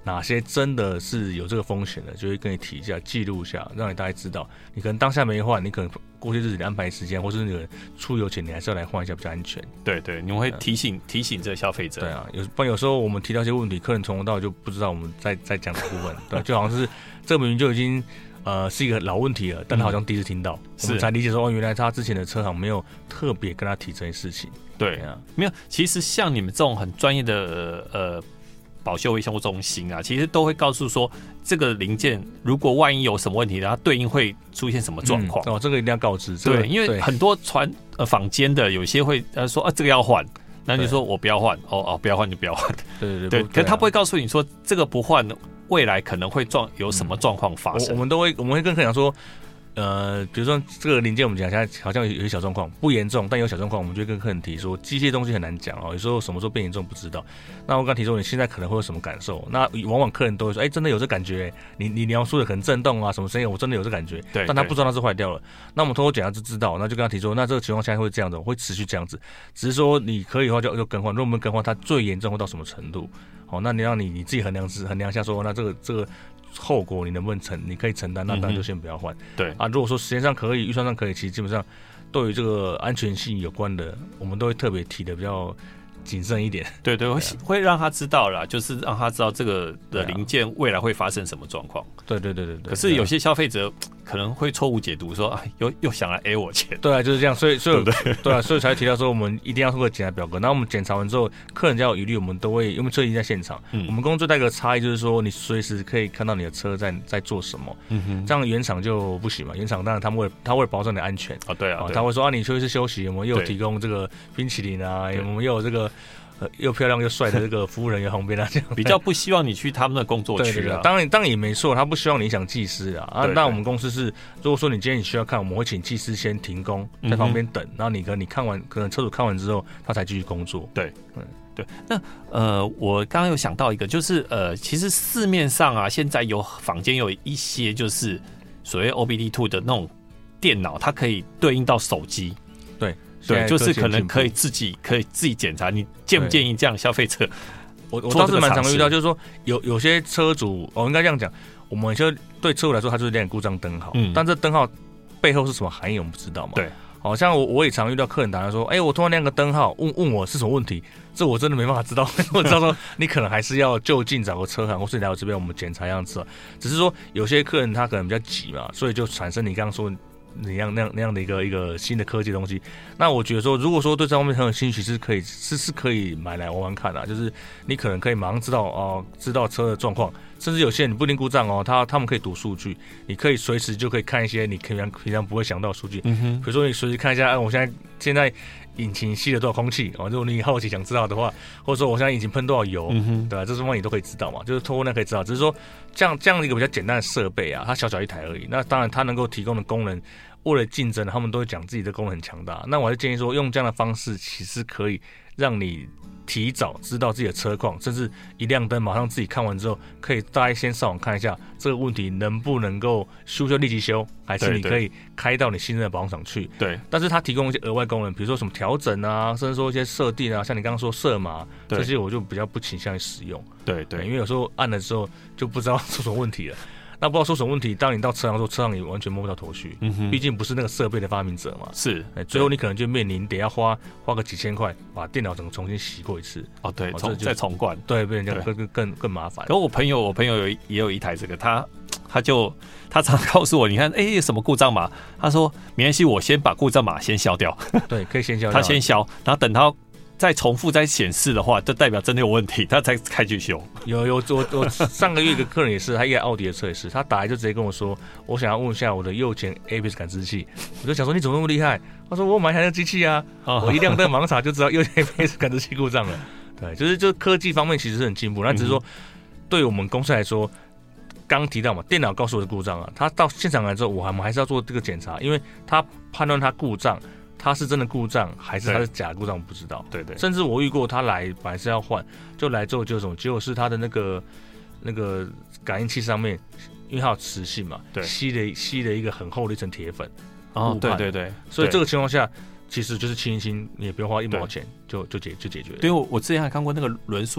哪些真的是有这个风险的，就会跟你提一下，记录一下，让你大概知道。你可能当下没换，你可能过些日子你安排时间，或是那个出游前你还是要来换一下比较安全。 对对，你们会提醒、嗯、提醒这个消费者。 对啊，有不然有时候我们提到一些问题，客人从头到尾就不知道我们在在讲的部分，对，就好像是这个明明就已经呃是一个老问题了，但他好像第一次听到，嗯、我们才理解说哦，原来他之前的车行没有特别跟他提这件事情。 对啊，没有，其实像你们这种很专业的呃。保修维修中心啊，其实都会告诉说，这个零件如果万一有什么问题，它对应会出现什么状况、 嗯。哦，这个一定要告知。 对，这个、因为很多传呃坊间的有些会呃说啊，这个要换，那你就说我不要换，哦哦，不要换就不要换。 对对对。 对，可是他不会告诉你说这个不换，未来可能会状有什么状况发生、 嗯我。我们都会我们会跟客人讲说。呃，比如说这个零件，我们讲现在好像有有些小状况，不严重，但有小状况，我们就会跟客人提说，机械东西很难讲哦，有时候什么时候变严重不知道。那我刚提说你现在可能会有什么感受？那往往客人都会说，哎、欸，真的有这感觉，你你描述的可能震动啊，什么声音，我真的有这感觉， 对， 但他不知道它是坏掉了。那我们通过检查就知道，那就跟他提说，那这个情况下会这样子，会持续这样子，只是说你可以的话就就更换，如果我们更换，它最严重会到什么程度？好，那你让你你自己衡量衡量一下说，那这个这个。后果你能不能承？你可以承担，那当然就先不要换、嗯。 对啊，如果说时间上可以，预算上可以，其实基本上对于这个安全性有关的，我们都会特别提的比较谨慎一点。 对对，会会让他知道啦，就是让他知道这个的零件未来会发生什么状况。 对对对对对。 可是有些消费者可能会错误解读说，啊，又又想来 A 我钱。 对啊，就是这样，所以所以对不对？ 对啊，所以才提到说我们一定要通过检查表格。那我们检查完之后，客人只要有疑虑，我们都会因为车已经在现场。嗯、我们公司最大一个差异就是说，你随时可以看到你的车在在做什么。嗯哼。这样原厂就不行嘛，原厂当然他们会他会保证你的安全。 哦，对啊， 哦、他会说啊，你休息休息，我们又有提供这个冰淇淋啊，我们又有这个。又漂亮又帅的这个服务人员旁边啊，这样比较不希望你去他们的工作区啊。 对对对，当然当然也没错，他不希望你影响技师啊。啊，那我们公司是，如果说你今天你需要看，我们会请技师先停工，在旁边等，嗯、然后你跟你看完，可能车主看完之后，他才继续工作。 对，嗯。对，那呃，我刚刚有想到一个，就是呃，其实市面上啊，现在有坊间有一些就是所谓 O B D 二 的那种电脑，它可以对应到手机。 对。 对，就是可能可以自己可以自己检查，你建不建议这样消费者？ 我我倒是蛮常遇到，就是说有有些车主，我、哦、应该这样讲，我们就对车主来说，他就是亮故障灯号，嗯，但这灯号背后是什么含义，我们不知道嘛？ 对， 好、哦、像我我也常遇到客人打来说，哎、欸，我突然亮个灯号，问问我是什么问题，这我真的没办法知道，我知道说你可能还是要就近找个车行，或是来我这边我们检查样子，只是说有些客人他可能比较急嘛，所以就产生你刚刚说。那样那样那样的一个一个新的科技的东西，那我觉得说，如果说对这方面很有兴趣，是可以是是可以买来玩玩看的、啊。就是你可能可以马上知道哦、呃，知道车的状况，甚至有些人你不一定故障哦，他他们可以读数据，你可以随时就可以看一些你平常平常不会想到的数据。嗯哼，比如说你随时看一下，啊，我现在现在引擎吸了多少空气哦，如果你好奇想知道的话，或者说我现在引擎喷多少油，嗯哼，对吧？这方面你都可以知道嘛，就是透过那可以知道。只是说这样这样一个比较简单的设备啊，它小小一台而已，那当然它能够提供的功能。为了竞争，他们都会讲自己的功能很强大。那我还是建议说，用这样的方式，其实可以让你提早知道自己的车况，甚至一亮灯，马上自己看完之后，可以大概先上网看一下这个问题能不能够修就立即修，还是你可以开到你信任的保养厂去。 对。但是它提供一些额外功能，比如说什么调整啊，甚至说一些设定啊，像你刚刚说色码这些，我就比较不倾向于使用。 对 对, 对， 因为有时候按了之后就不知道出什么问题了。那不知道出什么问题，当你到车行的时候，车行也完全摸不到头绪。嗯哼，毕竟不是那个设备的发明者嘛。 是， 欸、最后你可能就面临得要花花个几千块，把电脑整个重新洗过一次。 哦，对，重再重灌， 对，被人家更更更更麻烦。 可我朋友，我朋友有也有一台这个，他他就他常告诉我，你看，哎、欸，什么故障码？他说没关系，我先把故障码先消掉。 对，可以先消掉。 他先消，然后等他。再重复再显示的话，就代表真的有问题，他才开去修。 有有，我我上个月一个客人也是，他一台奥迪的车也是，他打来就直接跟我说，我想要问一下我的右前 A B S 感知器。我就想说你怎么那么厉害？他说我买台那机器啊，哦、我一亮灯盲查就知道右前 A B S 感知器故障了。对，就是就科技方面其实是很进步，那只是说对我们公司来说，刚提到嘛，电脑告诉我的故障啊，他到现场来之后，我们还是要做这个检查，因为他判断他故障。他是真的故障还是他是假故障，我不知道。 对 对, 对， 甚至我遇过他来本来是要换，就来之后就什么，结果是他的那个那个感应器上面，因为它有磁性嘛，对，吸了吸了一个很厚的一层铁粉。 哦，对对对， 所以这个情况下，其实就是清一清，你也不用花一毛钱就就解就解决了。 对，我我之前还看过那个轮速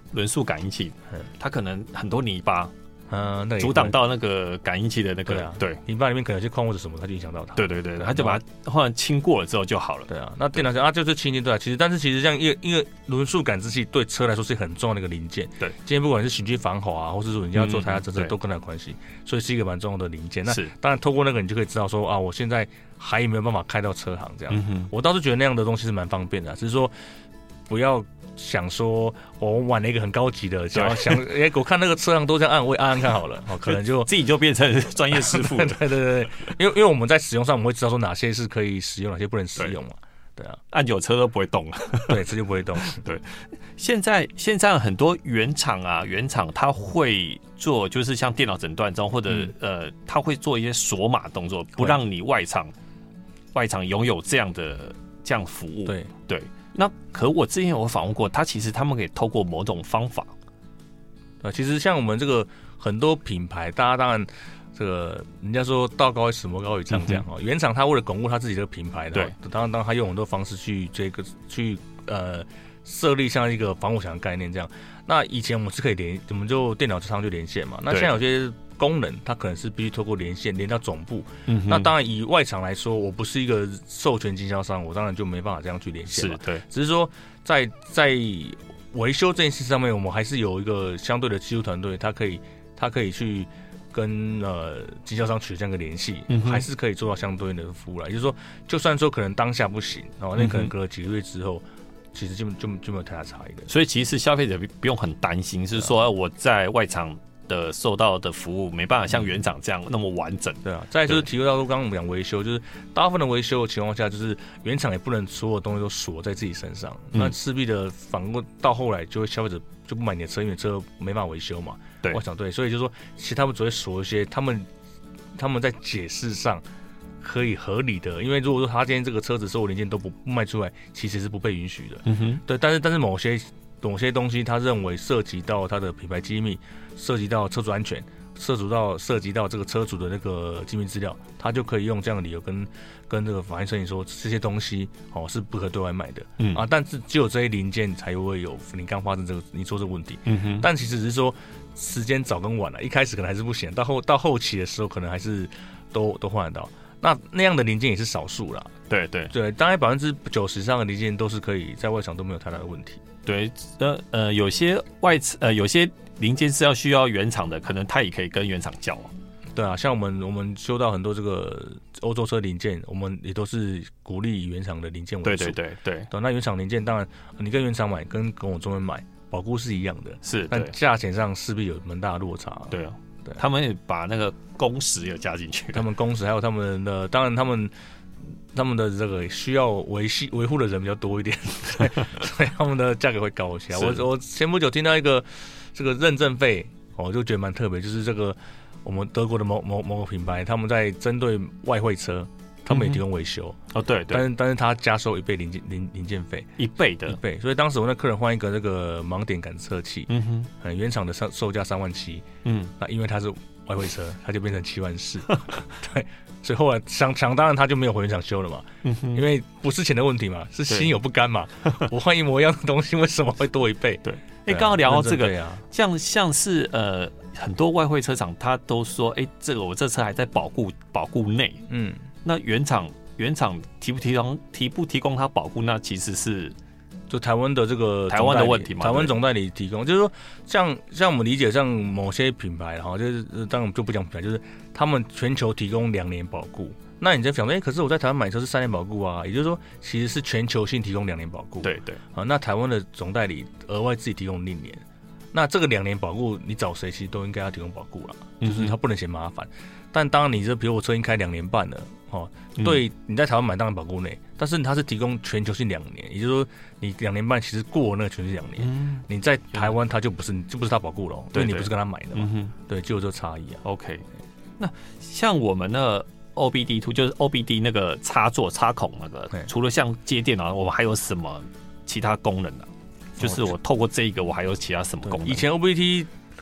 轮速感应器， 嗯它可能很多泥巴， 嗯，那阻挡到那个感应器的那个， 对啊， 对， 泥巴里面可能有些矿物质什么，它就影响到它。 对对对，它就把它换清过了之后就好了。 对啊，那电脑讲啊，就是清清对啊，其实但是其实像一个一个轮速感知器对车来说是很重要的一个零件。 对， 今天不管是行军防滑啊，或是说你要做胎压侦测， 嗯都跟它有关系，所以是一个蛮重要的零件。那是当然透过那个你就可以知道说啊，我现在还有没有办法开到车行这样。 嗯、 我倒是觉得那样的东西是蛮方便的，只是说不要。想说，我玩了一个很高级的，想要想，哎、欸，我看那个车上都这样按，我也按按看好了，哦，可能就自己就变成专业师傅了。 对对对，因为因为我们在使用上，我们会知道说哪些是可以使用，哪些不能使用嘛。对啊， 按久车都不会动了， 对，车就不会动。 对，现在现在很多原厂啊，原厂它会做，就是像电脑诊断中，或者、嗯、呃，它会做一些锁码动作，不让你外厂外厂拥有这样的这样服务。 对对。那可我之前有访问过，他其实他们可以透过某种方法， 啊，其实像我们这个很多品牌，大家当然这个人家说道高一尺，魔高一丈这样哦。嗯、原厂他为了巩固他自己这个品牌，对，当然当然他用很多方式去这个去呃设立像一个防火墙的概念这样。那以前我们是可以连，我们就电脑上就连线嘛。那现在有些功能，它可能是必须透过连线连到总部。嗯，那当然以外厂来说，我不是一个授权经销商，我当然就没办法这样去连线嘛。 是，对。 只是说在在维修这件事上面，我们还是有一个相对的技术团队，它可以它可以去跟呃经销商取这样一个联系，嗯，还是可以做到相对应的服务啦。也就是说，就算说可能当下不行，然后那可能隔了几个月之后。其实就就就没有太大差异的， 所以其实消费者不用很担心，是说我在外厂的受到的服务没办法像原厂这样那么完整。 对啊，再来就是提到说，刚刚我们讲维修，就是大部分的维修的情况下，就是原厂也不能所有东西都锁在自己身上，嗯、那势必的反过到后来，就会消费者就不买你的车，因为车没办法维修嘛。 对， 我想对，所以就是说，其实他们只会锁一些他们他们在解释上。可以合理的，因为如果说他今天这个车子所有零件都不卖出来，其实是不被允许的。嗯哼，对，但是但是某些某些东西，他认为涉及到他的品牌机密，涉及到车主安全，涉及到涉及到这个车主的那个机密资料，他就可以用这样的理由跟跟这个法院申请说这些东西哦是不可对外卖的。嗯啊，但是只有这些零件才会有你刚发生这个你说这个问题。嗯哼，但其实只是说时间早跟晚了，一开始可能还是不行，到后到后期的时候可能还是都都换得到。那那样的零件也是少数啦， 对对对，大概百分之九十以上的零件都是可以在外厂都没有太大的问题。 对，呃呃，有些外呃有些零件是要需要原厂的，可能它也可以跟原厂叫啊。 对啊，像我们我们修到很多这个欧洲车零件，我们也都是鼓励以原厂的零件为主。 对对对对。 对，那原厂零件当然你跟原厂买跟跟我中间买保固是一样的， 是， 但价钱上势必有蛮大的落差。 对啊。他们也把那个工时也加进去， 他们工时还有他们的，当然他们他们的这个需要维系维护的人比较多一点，所以他们的价格会高一些。我我前不久听到一个这个认证费，我就觉得蛮特别，就是这个我们德国的某某某个品牌，他们在针对外汇车。他们也提供维修、 嗯、哦，对对， 但是但是他加收一倍零件零零件费， 一倍的一倍，所以当时我那客人换一个那个盲点感测器，嗯哼，嗯，原厂的售售价三万七，嗯，那因为它是外汇车，它就变成七万四，对，所以后来想想当然他就没有回原厂修了嘛，嗯哼，因为不是钱的问题嘛，是心有不甘嘛，我换一模一样的东西，为什么会多一倍？ 对，哎、欸，刚刚聊到这个，啊、像像是呃很多外汇车厂，他都说，哎、欸，这个我这车还在保固保固内，嗯。那原厂原厂提不提供提不提供它保固？那其实是就台湾的这个台湾的问题嘛。 台湾总代理提供，就是说像像我们理解，像某些品牌哈，就是当然我们就不讲品牌，就是他们全球提供两年保固。那你在想说，哎、欸，可是我在台湾买车是三年保固啊，也就是说其实是全球性提供两年保固。 对对啊，那台湾的总代理额外自己提供历年，那这个两年保固你找谁其实都应该要提供保固了，就是他不能嫌麻烦。嗯、但当然你这比如我车已经开两年半了。哦，对，你在台湾买当然保固内，但是它是提供全球性两年，也就是说你两年半其实过那个全球性两年，嗯、你在台湾它就不是就不是它保固了，因为你不是跟他买的嘛，嗯、对，就有这个差异啊。 OK， 那像我们的 O B D 二就是 O B D 那个插座插孔那个，除了像接电脑，我们还有什么其他功能呢、啊？就是我透过这一个，我还有其他什么功能？ 以前 O B D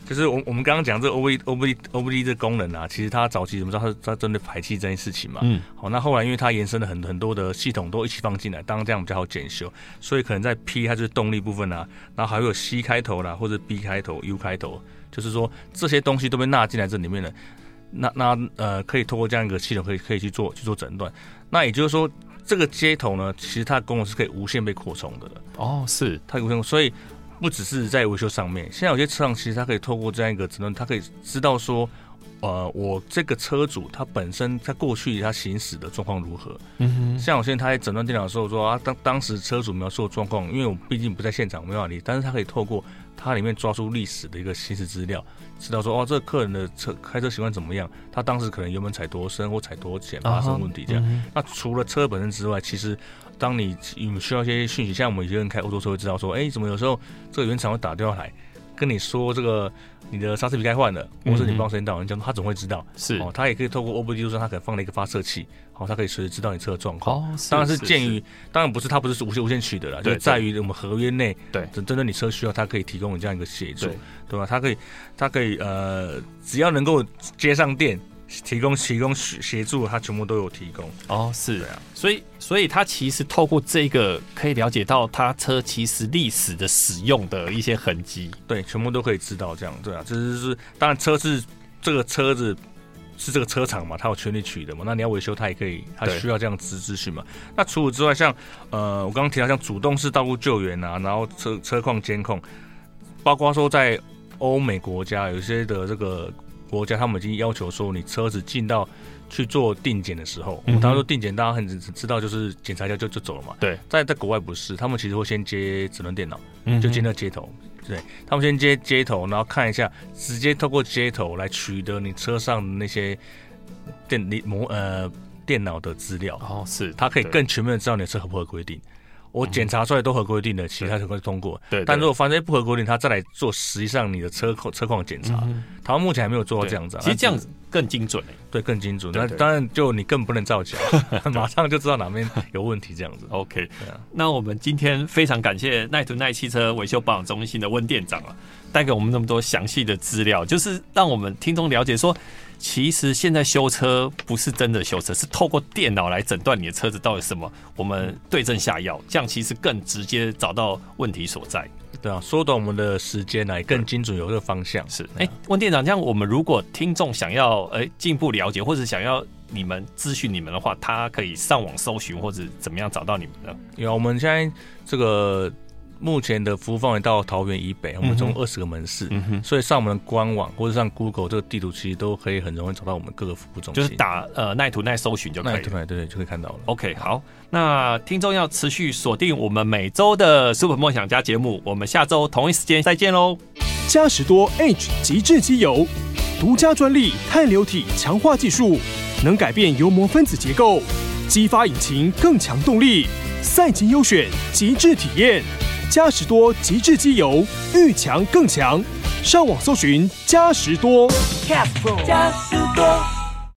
就是我我们刚刚讲这个 O B D O B D O B D 这功能啊，其实它早期怎么知道它它针对排气这件事情嘛？嗯，好，那后来因为它延伸了很很多的系统都一起放进来，当然这样比较好检修，所以可能在 P 它就是动力部分啊，然后还会有 C 开头啦，或者 B 开头、U 开头，就是说这些东西都被纳进来这里面了。那那呃，可以透过这样一个系统可以可以去做去做诊断。那也就是说，这个接头呢，其实它的功能是可以无限被扩充的。 哦，是它无限，所以。不只是在维修上面，现在有些车厂其实它可以透过这样一个诊断，它可以知道说，呃，我这个车主他本身在过去他行驶的状况如何。嗯哼，像我现在他在诊断电脑的时候说啊，当当时车主描述的状况，因为我毕竟不在现场，没办法理解，但是他可以透过它里面抓出历史的一个行驶资料，知道说哦，这个客人的车开车习惯怎么样，他当时可能油门踩多深或踩多浅发生问题这样。Uh-huh. 那除了车本身之外，其实当你有需要一些讯息，像我们有些人开欧洲车会知道说，哎、欸，怎么有时候这个原厂会打电话来跟你说这个你的刹车皮该换了，或者你帮时间到，你讲他总会知道。是哦，他也可以透过 O B D 就是他可能放了一个发射器，好、哦，他可以随时知道你车的状况。哦，当然是鉴于，当然不是他不是无限无限取得了，就在于我们合约内，对，针对你车需要，他可以提供你这样一个协助，对吧？他可以，他可以呃，只要能够接上电。提供提供协助，他全部都有提供哦，是啊，所以所以他其实透过这个可以了解到他车其实历史的使用的一些痕迹， 对，全部都可以知道这样，对啊，这是当然车是这个车子是这个车厂嘛，他有权利取的嘛，那你要维修他也可以，他需要这样资资讯嘛。那除此之外，像呃我刚刚提到像主动式道路救援啊，然后车车况监控，包括说在欧美国家有些的这个。国家他们已经要求说，你车子进到去做定检的时候，我们当然说定检，大家很知道就是检查一下就就走了嘛。对，在在国外不是，他们其实会先接诊断电脑，就接那接头，对，他们先接接头，然后看一下，直接透过接头来取得你车上的那些电力模呃电脑的资料。哦，是，它可以更全面的知道你的车合不合规定。我检查出来都合规定的，其他才会通过。对，但如果发现不合规定，他再来做实际上你的车车况检查。嗯、台湾目前还没有做到这样子、啊， 其实这样子更精准、欸、 对，更精准。那当然就你更不能造假，马上就知道哪边有问题这样子。 OK，、啊、那我们今天非常感谢耐途耐汽车维修保养中心的温店长啊，带给我们那么多详细的资料，就是让我们听众了解说。其实现在修车不是真的修车，是透过电脑来诊断你的车子到底什么，我们对症下药，这样其实更直接找到问题所在。 对啊，缩短我们的时间来更精准有这个方向。 是，哎、欸，温店长，这样我们如果听众想要哎进、欸、一步了解，或者想要你们咨询你们的话，他可以上网搜寻或者怎么样找到你们呢？ 有，我们现在这个。目前的服务范围到桃园以北，我们总共二十个门市、嗯，所以上我们的官网或者上 Google 这个地图，其实都可以很容易找到我们各个服务中心。 就是打呃耐途耐搜寻就可以了， 耐途耐对对就可以看到了。 OK， 好，那听众要持续锁定我们每周的 Super 梦想家节目，我们下周同一时间再见喽。 嘉实多 H 极致机油，独家专利碳流体强化技术，能改变油膜分子结构，激发引擎更强动力，赛级优选，极致体验。嘉实多极致机油，遇强更强。上网搜寻嘉实多。嘉实多。